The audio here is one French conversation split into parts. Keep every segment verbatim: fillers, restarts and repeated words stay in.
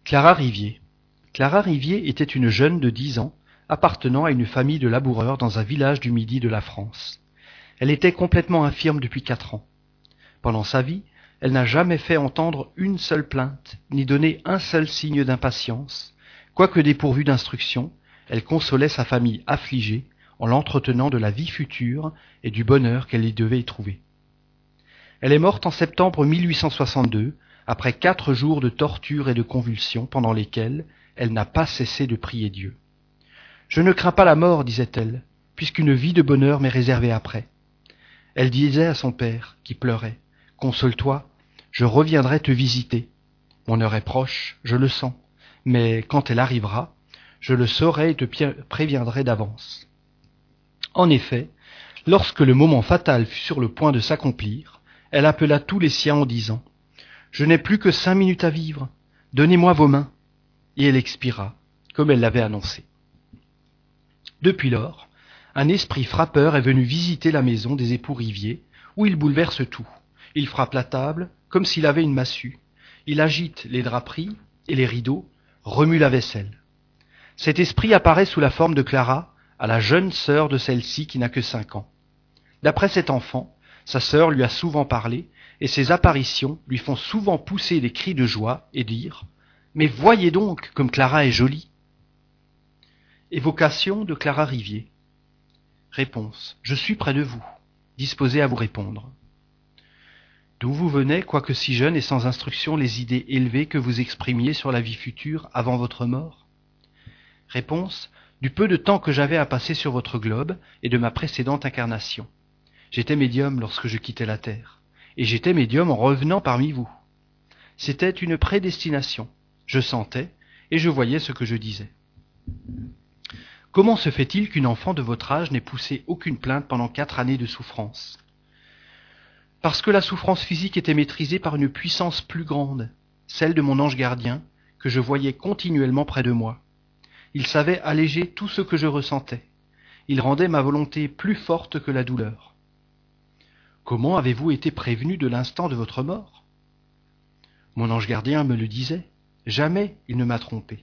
Clara Rivier. Clara Rivier était une jeune de dix ans, appartenant à une famille de laboureurs dans un village du midi de la France. Elle était complètement infirme depuis quatre ans. Pendant sa vie, elle n'a jamais fait entendre une seule plainte, ni donné un seul signe d'impatience. Quoique dépourvue d'instruction, elle consolait sa famille affligée en l'entretenant de la vie future et du bonheur qu'elle y devait y trouver. Elle est morte en septembre mille huit cent soixante-deux, après quatre jours de torture et de convulsions pendant lesquels elle n'a pas cessé de prier Dieu. « Je ne crains pas la mort, disait-elle, puisqu'une vie de bonheur m'est réservée après. » Elle disait à son père, qui pleurait, « Console-toi, je reviendrai te visiter. Mon heure est proche, je le sens, mais quand elle arrivera, je le saurai et te préviendrai d'avance. » En effet, lorsque le moment fatal fut sur le point de s'accomplir, elle appela tous les siens en disant « Je n'ai plus que cinq minutes à vivre, donnez-moi vos mains. » Et elle expira, comme elle l'avait annoncé. Depuis lors, un esprit frappeur est venu visiter la maison des époux Rivier, où il bouleverse tout. Il frappe la table, comme s'il avait une massue. Il agite les draperies et les rideaux, remue la vaisselle. Cet esprit apparaît sous la forme de Clara, à la jeune sœur de celle-ci qui n'a que cinq ans. D'après cet enfant, sa sœur lui a souvent parlé, et ses apparitions lui font souvent pousser des cris de joie et dire « Mais voyez donc comme Clara est jolie !» Évocation de Clara Rivier. Réponse. Je suis près de vous, disposé à vous répondre. D'où vous venez, quoique si jeune et sans instruction, les idées élevées que vous exprimiez sur la vie future avant votre mort? Réponse. Du peu de temps que j'avais à passer sur votre globe et de ma précédente incarnation. J'étais médium lorsque je quittais la Terre, et j'étais médium en revenant parmi vous. C'était une prédestination. Je sentais et je voyais ce que je disais. Comment se fait-il qu'une enfant de votre âge n'ait poussé aucune plainte pendant quatre années de souffrance? Parce que la souffrance physique était maîtrisée par une puissance plus grande, celle de mon ange gardien, que je voyais continuellement près de moi. Il savait alléger tout ce que je ressentais. Il rendait ma volonté plus forte que la douleur. Comment avez-vous été prévenu de l'instant de votre mort? Mon ange gardien me le disait. Jamais il ne m'a trompé.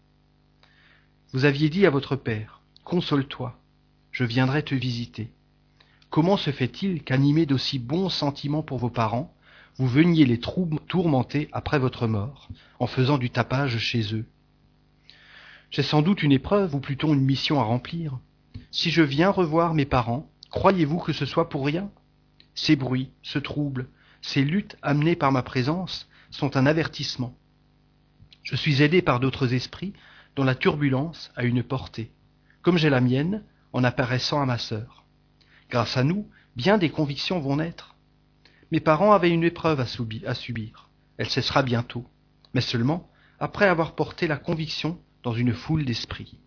Vous aviez dit à votre père, « Console-toi, je viendrai te visiter. » Comment se fait-il qu'animé d'aussi bons sentiments pour vos parents, vous veniez les tourmenter après votre mort, en faisant du tapage chez eux? J'ai sans doute une épreuve, ou plutôt une mission à remplir. Si je viens revoir mes parents, croyez-vous que ce soit pour rien? Ces bruits, ce trouble, ces luttes amenées par ma présence sont un avertissement. Je suis aidé par d'autres esprits dont la turbulence a une portée, comme j'ai la mienne en apparaissant à ma sœur. Grâce à nous, bien des convictions vont naître. Mes parents avaient une épreuve à, subi- à subir. Elle cessera bientôt, mais seulement après avoir porté la conviction dans une foule d'esprits.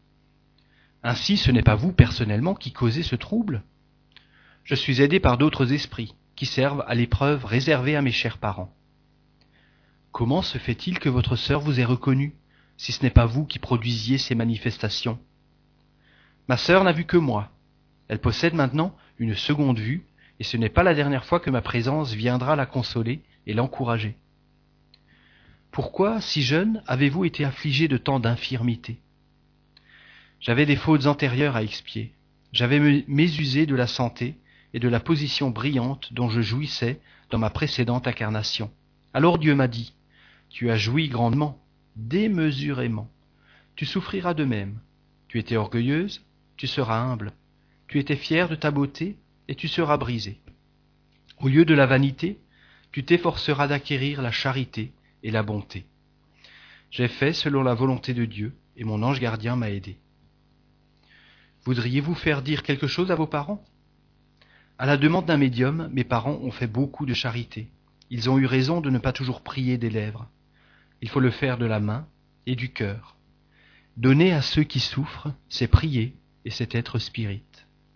Ainsi, ce n'est pas vous personnellement qui causez ce trouble. Je suis aidé par d'autres esprits qui servent à l'épreuve réservée à mes chers parents. Comment se fait-il que votre sœur vous ait reconnu, si ce n'est pas vous qui produisiez ces manifestations? Ma sœur n'a vu que moi. Elle possède maintenant une seconde vue, et ce n'est pas la dernière fois que ma présence viendra la consoler et l'encourager. Pourquoi, si jeune, avez-vous été affligé de tant d'infirmités? J'avais des fautes antérieures à expier. J'avais mésusé de la santé et de la position brillante dont je jouissais dans ma précédente incarnation. Alors Dieu m'a dit, « Tu as joui grandement, démesurément. Tu souffriras de même. Tu étais orgueilleuse, tu seras humble. Tu étais fière de ta beauté, et tu seras brisée. Au lieu de la vanité, tu t'efforceras d'acquérir la charité et la bonté. J'ai fait selon la volonté de Dieu, et mon ange gardien m'a aidé. » Voudriez-vous faire dire quelque chose à vos parents? À la demande d'un médium, mes parents ont fait beaucoup de charité. Ils ont eu raison de ne pas toujours prier des lèvres. Il faut le faire de la main et du cœur. Donner à ceux qui souffrent, c'est prier et c'est être spirit.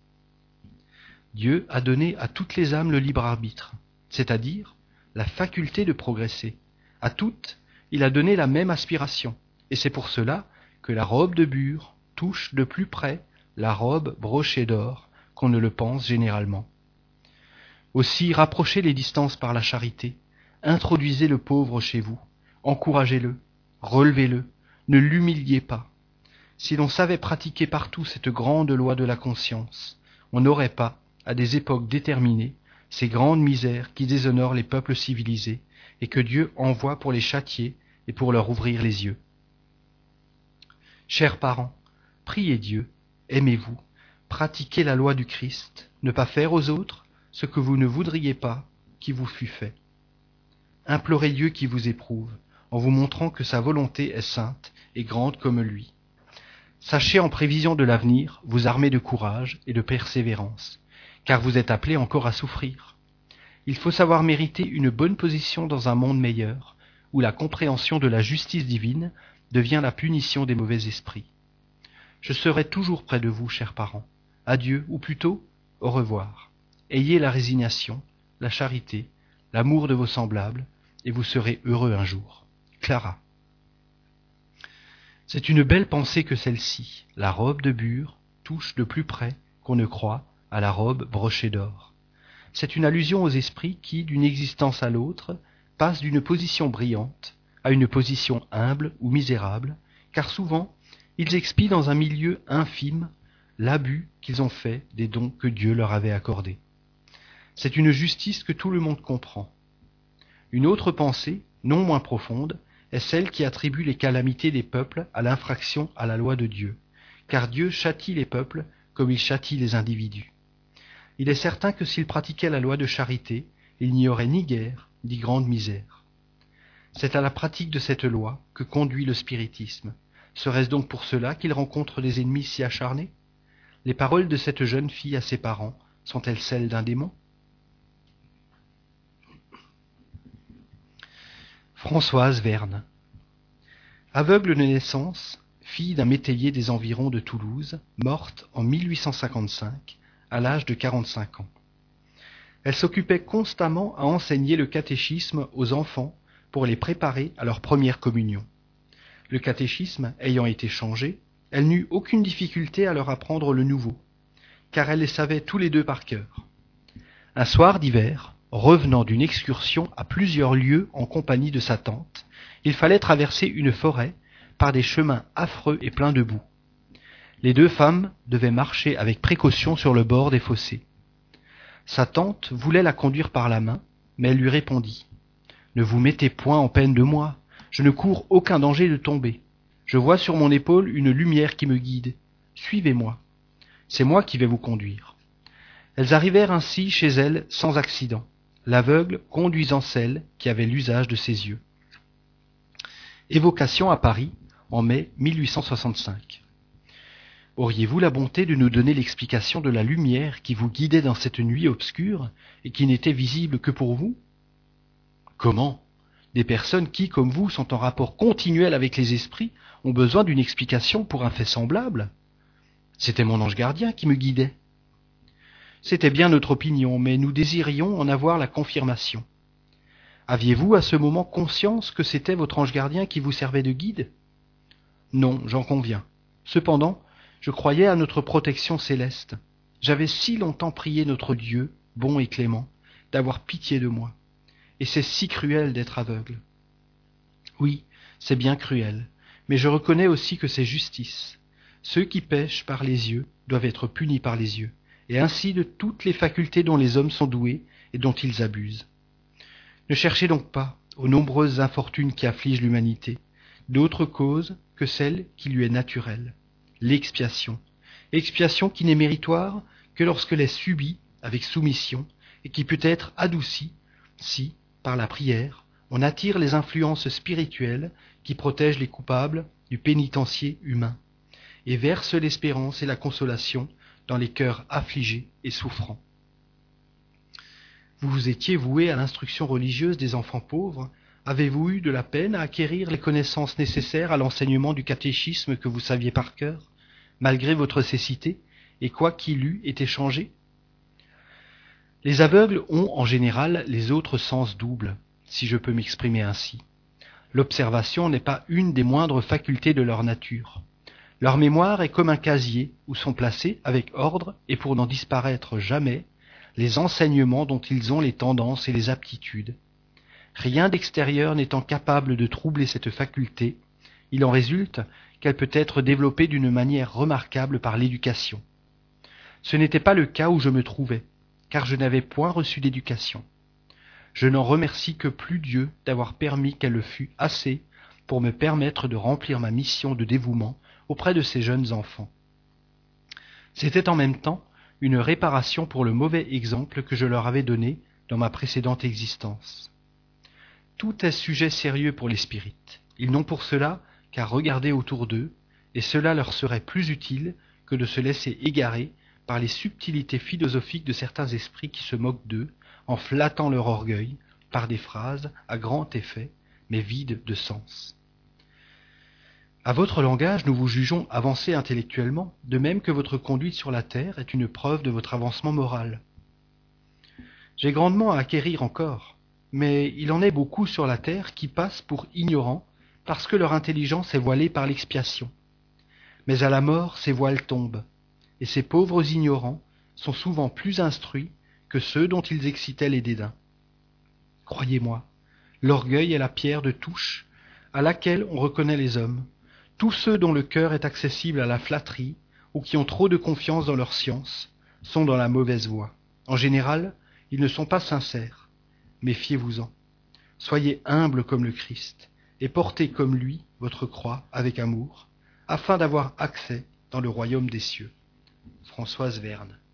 Dieu a donné à toutes les âmes le libre arbitre, c'est-à-dire la faculté de progresser. À toutes, il a donné la même aspiration, et c'est pour cela que la robe de bure touche de plus près la robe brochée d'or qu'on ne le pense généralement. Aussi, rapprochez les distances par la charité, introduisez le pauvre chez vous, encouragez-le, Relevez-le, ne l'humiliez pas. Si l'on savait pratiquer partout cette grande loi de la conscience, on n'aurait pas, à des époques déterminées, ces grandes misères qui déshonorent les peuples civilisés et que Dieu envoie pour les châtier et pour leur ouvrir les yeux. Chers parents, priez Dieu, aimez-vous, pratiquez la loi du Christ, ne pas faire aux autres ce que vous ne voudriez pas qui vous fût fait. Implorez Dieu qui vous éprouve, en vous montrant que sa volonté est sainte et grande comme lui. Sachez en prévision de l'avenir vous armer de courage et de persévérance, car vous êtes appelés encore à souffrir. Il faut savoir mériter une bonne position dans un monde meilleur, où la compréhension de la justice divine devient la punition des mauvais esprits. Je serai toujours près de vous, chers parents. Adieu, ou plutôt, au revoir. Ayez la résignation, la charité, l'amour de vos semblables, et vous serez heureux un jour. Clara. C'est une belle pensée que celle-ci. La robe de bure touche de plus près qu'on ne croit à la robe brochée d'or. C'est une allusion aux esprits qui, d'une existence à l'autre, passent d'une position brillante à une position humble ou misérable, car souvent, ils expient dans un milieu infime l'abus qu'ils ont fait des dons que Dieu leur avait accordés. C'est une justice que tout le monde comprend. Une autre pensée, non moins profonde, est celle qui attribue les calamités des peuples à l'infraction à la loi de Dieu, car Dieu châtie les peuples comme il châtie les individus. Il est certain que s'il pratiquait la loi de charité, il n'y aurait ni guerre, ni grande misère. C'est à la pratique de cette loi que conduit le spiritisme. Serait-ce donc pour cela qu'il rencontre des ennemis si acharnés? Les paroles de cette jeune fille à ses parents sont-elles celles d'un démon? Françoise Verne. Aveugle de naissance, fille d'un métayer des environs de Toulouse, morte en mille huit cent cinquante-cinq, à l'âge de quarante-cinq ans. Elle s'occupait constamment à enseigner le catéchisme aux enfants pour les préparer à leur première communion. Le catéchisme ayant été changé, elle n'eut aucune difficulté à leur apprendre le nouveau, car elle les savait tous les deux par cœur. Un soir d'hiver, revenant d'une excursion à plusieurs lieues en compagnie de sa tante, il fallait traverser une forêt par des chemins affreux et pleins de boue. Les deux femmes devaient marcher avec précaution sur le bord des fossés. Sa tante voulait la conduire par la main, mais elle lui répondit « Ne vous mettez point en peine de moi, je ne cours aucun danger de tomber. Je vois sur mon épaule une lumière qui me guide. Suivez-moi. C'est moi qui vais vous conduire. » Elles arrivèrent ainsi chez elle sans accident, l'aveugle conduisant celle qui avait l'usage de ses yeux. Évocation à Paris, en mai mille huit cent soixante-cinq. Auriez-vous la bonté de nous donner l'explication de la lumière qui vous guidait dans cette nuit obscure et qui n'était visible que pour vous? Comment? Des personnes qui, comme vous, sont en rapport continuel avec les esprits, ont besoin d'une explication pour un fait semblable. C'était mon ange gardien qui me guidait. C'était bien notre opinion, mais nous désirions en avoir la confirmation. Aviez-vous à ce moment conscience que c'était votre ange gardien qui vous servait de guide? Non, j'en conviens. Cependant, je croyais à notre protection céleste. J'avais si longtemps prié notre Dieu, bon et clément, d'avoir pitié de moi. Et c'est si cruel d'être aveugle. Oui, c'est bien cruel, mais je reconnais aussi que c'est justice. Ceux qui pêchent par les yeux doivent être punis par les yeux, et ainsi de toutes les facultés dont les hommes sont doués et dont ils abusent. Ne cherchez donc pas, aux nombreuses infortunes qui affligent l'humanité, d'autre cause que celle qui lui est naturelle, l'expiation. Expiation qui n'est méritoire que lorsqu'elle est subie avec soumission et qui peut être adoucie si, par la prière, on attire les influences spirituelles qui protègent les coupables du pénitencier humain et verse l'espérance et la consolation dans les cœurs affligés et souffrants. Vous vous étiez voué à l'instruction religieuse des enfants pauvres. Avez-vous eu de la peine à acquérir les connaissances nécessaires à l'enseignement du catéchisme que vous saviez par cœur, malgré votre cécité, et quoi qu'il eût été changé? Les aveugles ont en général les autres sens doubles, si je peux m'exprimer ainsi. L'observation n'est pas une des moindres facultés de leur nature. Leur mémoire est comme un casier où sont placés, avec ordre et pour n'en disparaître jamais, les enseignements dont ils ont les tendances et les aptitudes. Rien d'extérieur n'étant capable de troubler cette faculté Il en résulte qu'elle peut être développée d'une manière remarquable par l'éducation. Ce n'était pas le cas où je me trouvais, car je n'avais point reçu d'éducation. Je n'en remercie que plus Dieu d'avoir permis qu'elle le fût assez pour me permettre de remplir ma mission de dévouement auprès de ces jeunes enfants. C'était en même temps une réparation pour le mauvais exemple que je leur avais donné dans ma précédente existence. Tout est sujet sérieux pour les spirites. Ils n'ont pour cela qu'à regarder autour d'eux, et cela leur serait plus utile que de se laisser égarer par les subtilités philosophiques de certains esprits qui se moquent d'eux, en flattant leur orgueil par des phrases à grand effet, mais vides de sens. À votre langage, nous vous jugeons avancé intellectuellement, de même que votre conduite sur la terre est une preuve de votre avancement moral. J'ai grandement à acquérir encore, mais il en est beaucoup sur la terre qui passent pour ignorants parce que leur intelligence est voilée par l'expiation. Mais à la mort, ces voiles tombent, et ces pauvres ignorants sont souvent plus instruits que ceux dont ils excitaient les dédains. Croyez-moi, l'orgueil est la pierre de touche à laquelle on reconnaît les hommes. Tous ceux dont le cœur est accessible à la flatterie ou qui ont trop de confiance dans leur science sont dans la mauvaise voie. En général, ils ne sont pas sincères. Méfiez-vous-en. Soyez humbles comme le Christ et portez comme lui votre croix avec amour, afin d'avoir accès dans le royaume des cieux. Françoise Verne.